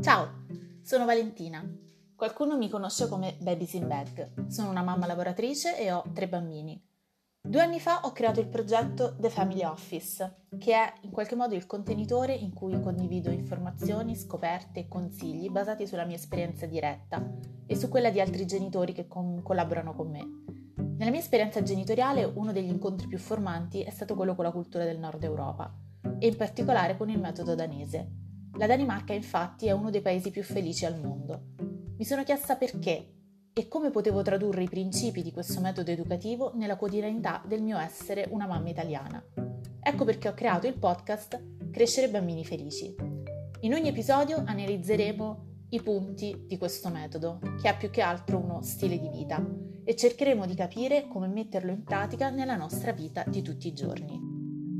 Ciao, sono Valentina. Qualcuno mi conosce come Babies in Bag. Sono una mamma lavoratrice e ho 3 bambini. 2 anni fa ho creato il progetto The Family Office, che è in qualche modo il contenitore in cui condivido informazioni, scoperte e consigli basati sulla mia esperienza diretta e su quella di altri genitori che collaborano con me. Nella mia esperienza genitoriale uno degli incontri più formanti è stato quello con la cultura del Nord Europa e in particolare con il metodo danese. La Danimarca infatti è uno dei paesi più felici al mondo. Mi sono chiesta perché e come potevo tradurre i principi di questo metodo educativo nella quotidianità del mio essere una mamma italiana. Ecco perché ho creato il podcast Crescere bambini felici. In ogni episodio analizzeremo i punti di questo metodo, che è più che altro uno stile di vita, e cercheremo di capire come metterlo in pratica nella nostra vita di tutti i giorni.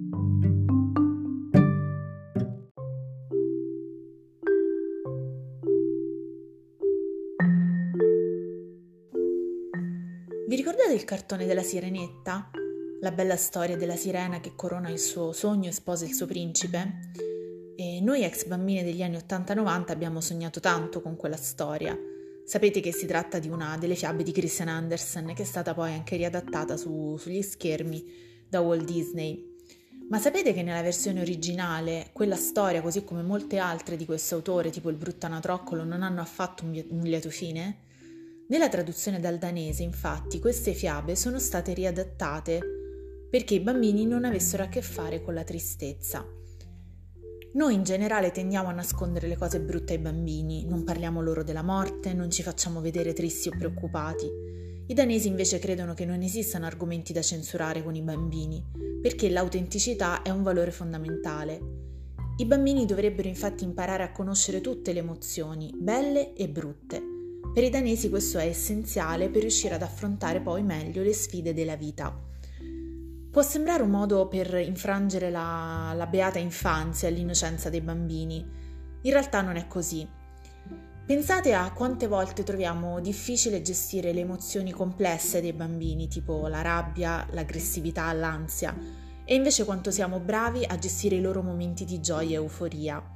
Vi ricordate il cartone della Sirenetta? La bella storia della sirena che corona il suo sogno e sposa il suo principe? E noi ex bambine degli anni 80-90 abbiamo sognato tanto con quella storia. Sapete che si tratta di una delle fiabe di Christian Andersen che è stata poi anche riadattata sugli schermi da Walt Disney. Ma sapete che nella versione originale quella storia, così come molte altre di questo autore, tipo il Bruttanatroccolo, non hanno affatto un lieto fine? Nella traduzione dal danese, infatti, queste fiabe sono state riadattate perché i bambini non avessero a che fare con la tristezza. Noi in generale tendiamo a nascondere le cose brutte ai bambini, non parliamo loro della morte, non ci facciamo vedere tristi o preoccupati. I danesi invece credono che non esistano argomenti da censurare con i bambini, perché l'autenticità è un valore fondamentale. I bambini dovrebbero infatti imparare a conoscere tutte le emozioni, belle e brutte. Per i danesi questo è essenziale per riuscire ad affrontare poi meglio le sfide della vita. Può sembrare un modo per infrangere la beata infanzia e l'innocenza dei bambini. In realtà non è così. Pensate a quante volte troviamo difficile gestire le emozioni complesse dei bambini, tipo la rabbia, l'aggressività, l'ansia, e invece quanto siamo bravi a gestire i loro momenti di gioia e euforia.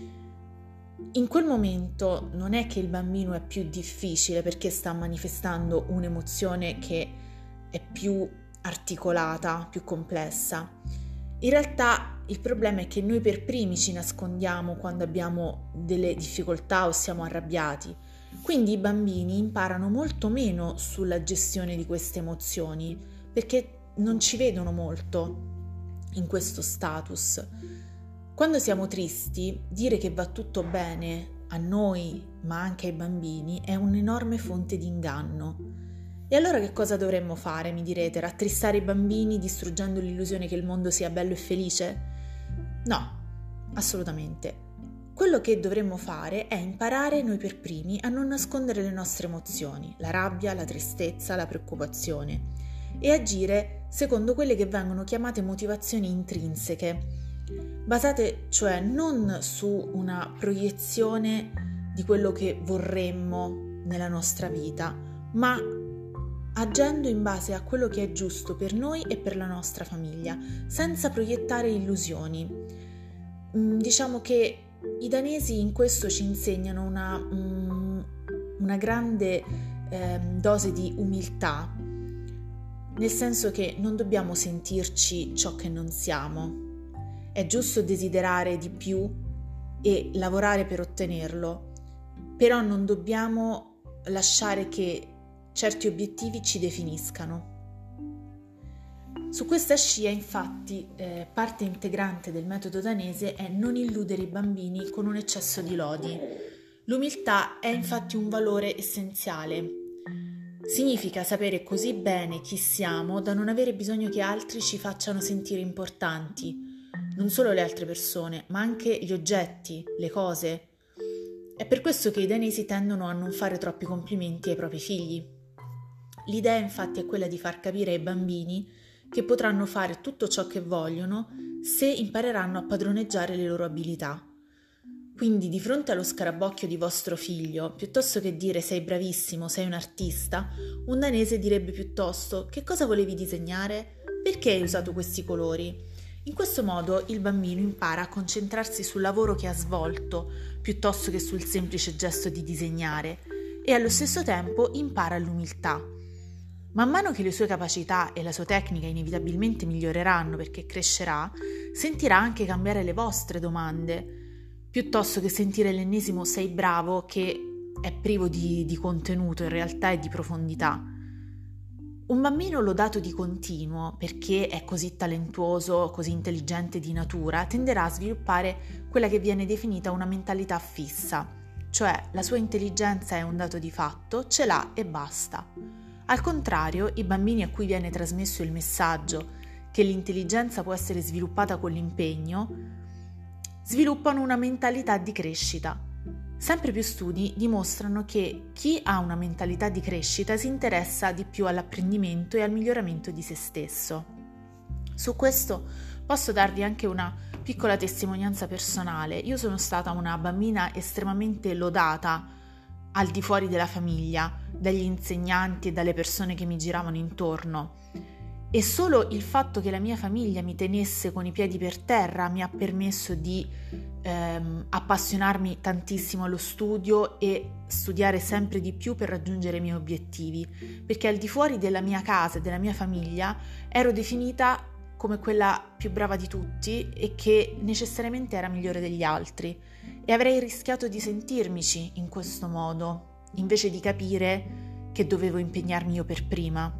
In quel momento non è che il bambino è più difficile perché sta manifestando un'emozione che è più articolata, più complessa. In realtà il problema è che noi per primi ci nascondiamo quando abbiamo delle difficoltà o siamo arrabbiati. Quindi i bambini imparano molto meno sulla gestione di queste emozioni perché non ci vedono molto in questo status. Quando siamo tristi, dire che va tutto bene a noi, ma anche ai bambini, è un'enorme fonte di inganno. E allora che cosa dovremmo fare, mi direte? Rattristare i bambini distruggendo l'illusione che il mondo sia bello e felice? No, assolutamente. Quello che dovremmo fare è imparare noi per primi a non nascondere le nostre emozioni, la rabbia, la tristezza, la preoccupazione, e agire secondo quelle che vengono chiamate motivazioni intrinseche, basate cioè non su una proiezione di quello che vorremmo nella nostra vita, ma agendo in base a quello che è giusto per noi e per la nostra famiglia, senza proiettare illusioni. Diciamo che i danesi in questo ci insegnano una grande dose di umiltà, nel senso che non dobbiamo sentirci ciò che non siamo. È giusto desiderare di più e lavorare per ottenerlo, però non dobbiamo lasciare che certi obiettivi ci definiscano. Su questa scia, infatti, parte integrante del metodo danese è non illudere i bambini con un eccesso di lodi. L'umiltà è infatti un valore essenziale. Significa sapere così bene chi siamo da non avere bisogno che altri ci facciano sentire importanti, non solo le altre persone, ma anche gli oggetti, le cose. È per questo che i danesi tendono a non fare troppi complimenti ai propri figli. L'idea infatti è quella di far capire ai bambini che potranno fare tutto ciò che vogliono se impareranno a padroneggiare le loro abilità. Quindi di fronte allo scarabocchio di vostro figlio, piuttosto che dire sei bravissimo, sei un artista, un danese direbbe piuttosto che cosa volevi disegnare? Perché hai usato questi colori? In questo modo il bambino impara a concentrarsi sul lavoro che ha svolto piuttosto che sul semplice gesto di disegnare e allo stesso tempo impara l'umiltà. Man mano che le sue capacità e la sua tecnica inevitabilmente miglioreranno perché crescerà, sentirà anche cambiare le vostre domande, piuttosto che sentire l'ennesimo sei bravo che è privo di contenuto in realtà e di profondità. Un bambino lodato di continuo, perché è così talentuoso, così intelligente di natura, tenderà a sviluppare quella che viene definita una mentalità fissa, cioè la sua intelligenza è un dato di fatto, ce l'ha e basta. Al contrario, i bambini a cui viene trasmesso il messaggio che l'intelligenza può essere sviluppata con l'impegno, sviluppano una mentalità di crescita. Sempre più studi dimostrano che chi ha una mentalità di crescita si interessa di più all'apprendimento e al miglioramento di se stesso. Su questo posso darvi anche una piccola testimonianza personale. Io sono stata una bambina estremamente lodata al di fuori della famiglia, dagli insegnanti e dalle persone che mi giravano intorno. E solo il fatto che la mia famiglia mi tenesse con i piedi per terra mi ha permesso di appassionarmi tantissimo allo studio e studiare sempre di più per raggiungere i miei obiettivi, perché al di fuori della mia casa e della mia famiglia ero definita come quella più brava di tutti e che necessariamente era migliore degli altri, e avrei rischiato di sentirmici in questo modo, invece di capire che dovevo impegnarmi io per prima.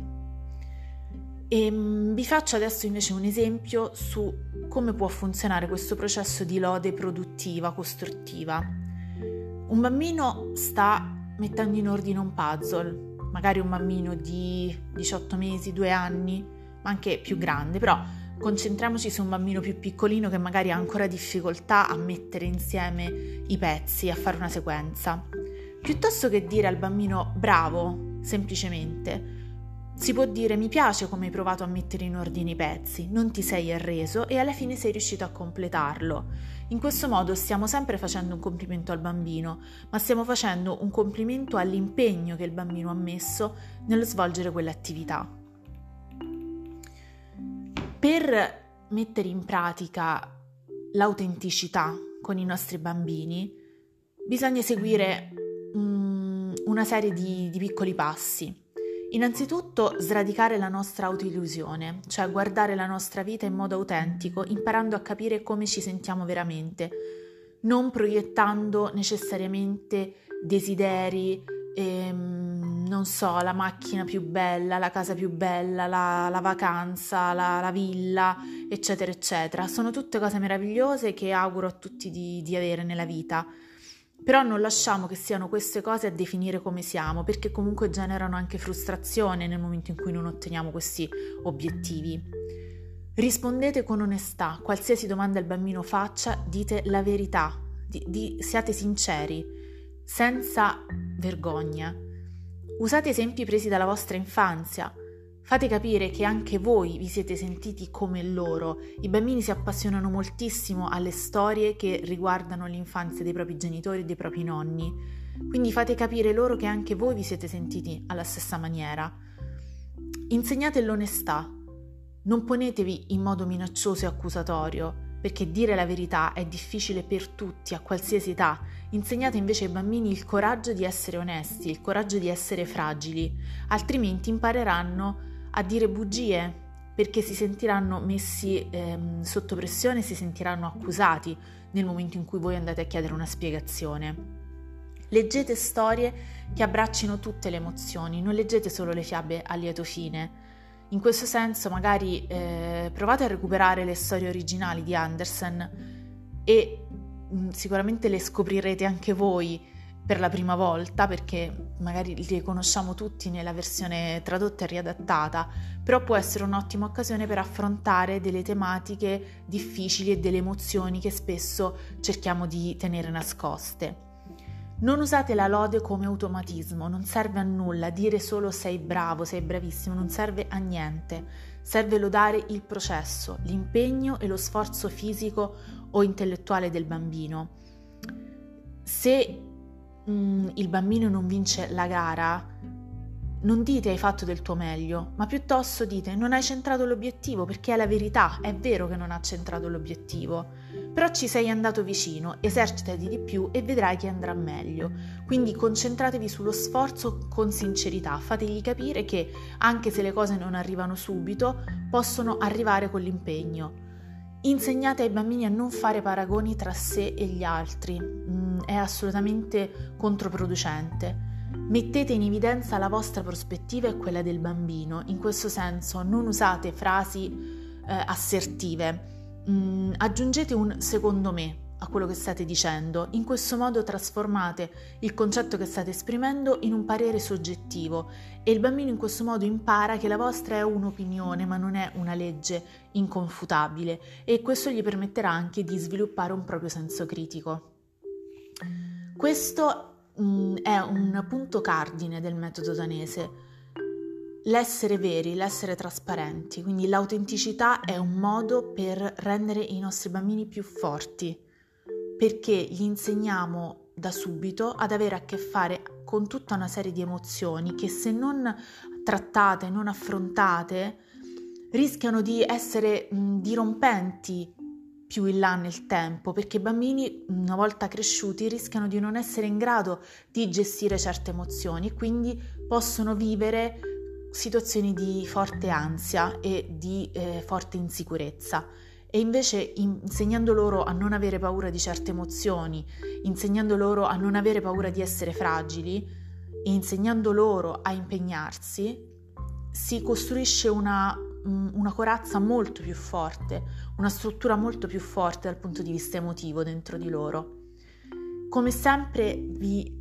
E vi faccio adesso invece un esempio su come può funzionare questo processo di lode produttiva, costruttiva. Un bambino sta mettendo in ordine un puzzle, magari un bambino di 18 mesi, 2 anni, ma anche più grande, però concentriamoci su un bambino più piccolino che magari ha ancora difficoltà a mettere insieme i pezzi, a fare una sequenza. Piuttosto che dire al bambino bravo, semplicemente, si può dire mi piace come hai provato a mettere in ordine i pezzi, non ti sei arreso e alla fine sei riuscito a completarlo. In questo modo stiamo sempre facendo un complimento al bambino, ma stiamo facendo un complimento all'impegno che il bambino ha messo nello svolgere quell'attività. Per mettere in pratica l'autenticità con i nostri bambini bisogna seguire una serie di piccoli passi. Innanzitutto sradicare la nostra autoillusione, cioè guardare la nostra vita in modo autentico, imparando a capire come ci sentiamo veramente, non proiettando necessariamente desideri, non so, la macchina più bella, la casa più bella, la vacanza, la villa, eccetera, eccetera. Sono tutte cose meravigliose che auguro a tutti di avere nella vita. Però non lasciamo che siano queste cose a definire come siamo, perché comunque generano anche frustrazione nel momento in cui non otteniamo questi obiettivi. Rispondete con onestà, qualsiasi domanda il bambino faccia, dite la verità, siate sinceri, senza vergogna. Usate esempi presi dalla vostra infanzia. Fate capire che anche voi vi siete sentiti come loro. I bambini si appassionano moltissimo alle storie che riguardano l'infanzia dei propri genitori e dei propri nonni. Quindi fate capire loro che anche voi vi siete sentiti alla stessa maniera. Insegnate l'onestà. Non ponetevi in modo minaccioso e accusatorio, perché dire la verità è difficile per tutti, a qualsiasi età. Insegnate invece ai bambini il coraggio di essere onesti, il coraggio di essere fragili, altrimenti impareranno a dire bugie, perché si sentiranno messi sotto pressione, si sentiranno accusati nel momento in cui voi andate a chiedere una spiegazione. Leggete storie che abbraccino tutte le emozioni, non leggete solo le fiabe a lieto fine. In questo senso magari provate a recuperare le storie originali di Andersen e sicuramente le scoprirete anche voi per la prima volta, perché magari li conosciamo tutti nella versione tradotta e riadattata, però può essere un'ottima occasione per affrontare delle tematiche difficili e delle emozioni che spesso cerchiamo di tenere nascoste. Non usate la lode come automatismo, non serve a nulla, dire solo sei bravo, sei bravissimo, non serve a niente, serve lodare il processo, l'impegno e lo sforzo fisico o intellettuale del bambino. Se il bambino non vince la gara, non dite hai fatto del tuo meglio, ma piuttosto dite non hai centrato l'obiettivo, perché è la verità, è vero che non ha centrato l'obiettivo, però ci sei andato vicino, esercitati di più e vedrai che andrà meglio. Quindi concentratevi sullo sforzo con sincerità, fategli capire che anche se le cose non arrivano subito, possono arrivare con l'impegno. Insegnate ai bambini a non fare paragoni tra sé e gli altri, è assolutamente controproducente. Mettete in evidenza la vostra prospettiva e quella del bambino, in questo senso non usate frasi assertive, aggiungete un secondo me a quello che state dicendo, in questo modo trasformate il concetto che state esprimendo in un parere soggettivo e il bambino in questo modo impara che la vostra è un'opinione ma non è una legge inconfutabile e questo gli permetterà anche di sviluppare un proprio senso critico. Questo è un punto cardine del metodo danese, l'essere veri, l'essere trasparenti, quindi l'autenticità è un modo per rendere i nostri bambini più forti, perché gli insegniamo da subito ad avere a che fare con tutta una serie di emozioni che se non trattate, non affrontate, rischiano di essere dirompenti più in là nel tempo, perché i bambini una volta cresciuti rischiano di non essere in grado di gestire certe emozioni e quindi possono vivere situazioni di forte ansia e di forte insicurezza. E invece insegnando loro a non avere paura di certe emozioni, insegnando loro a non avere paura di essere fragili e insegnando loro a impegnarsi, si costruisce una corazza molto più forte, una struttura molto più forte dal punto di vista emotivo dentro di loro. Come sempre vi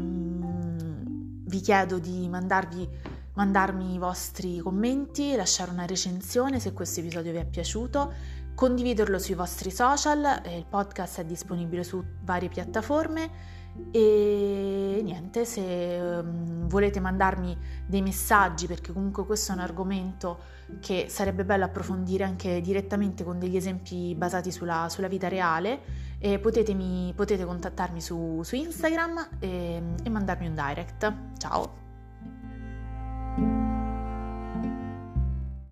chiedo di mandarmi i vostri commenti, lasciare una recensione se questo episodio vi è piaciuto, condividerlo sui vostri social, il podcast è disponibile su varie piattaforme e niente, se volete mandarmi dei messaggi, perché comunque questo è un argomento che sarebbe bello approfondire anche direttamente con degli esempi basati sulla vita reale, e potete contattarmi su Instagram e mandarmi un direct. Ciao!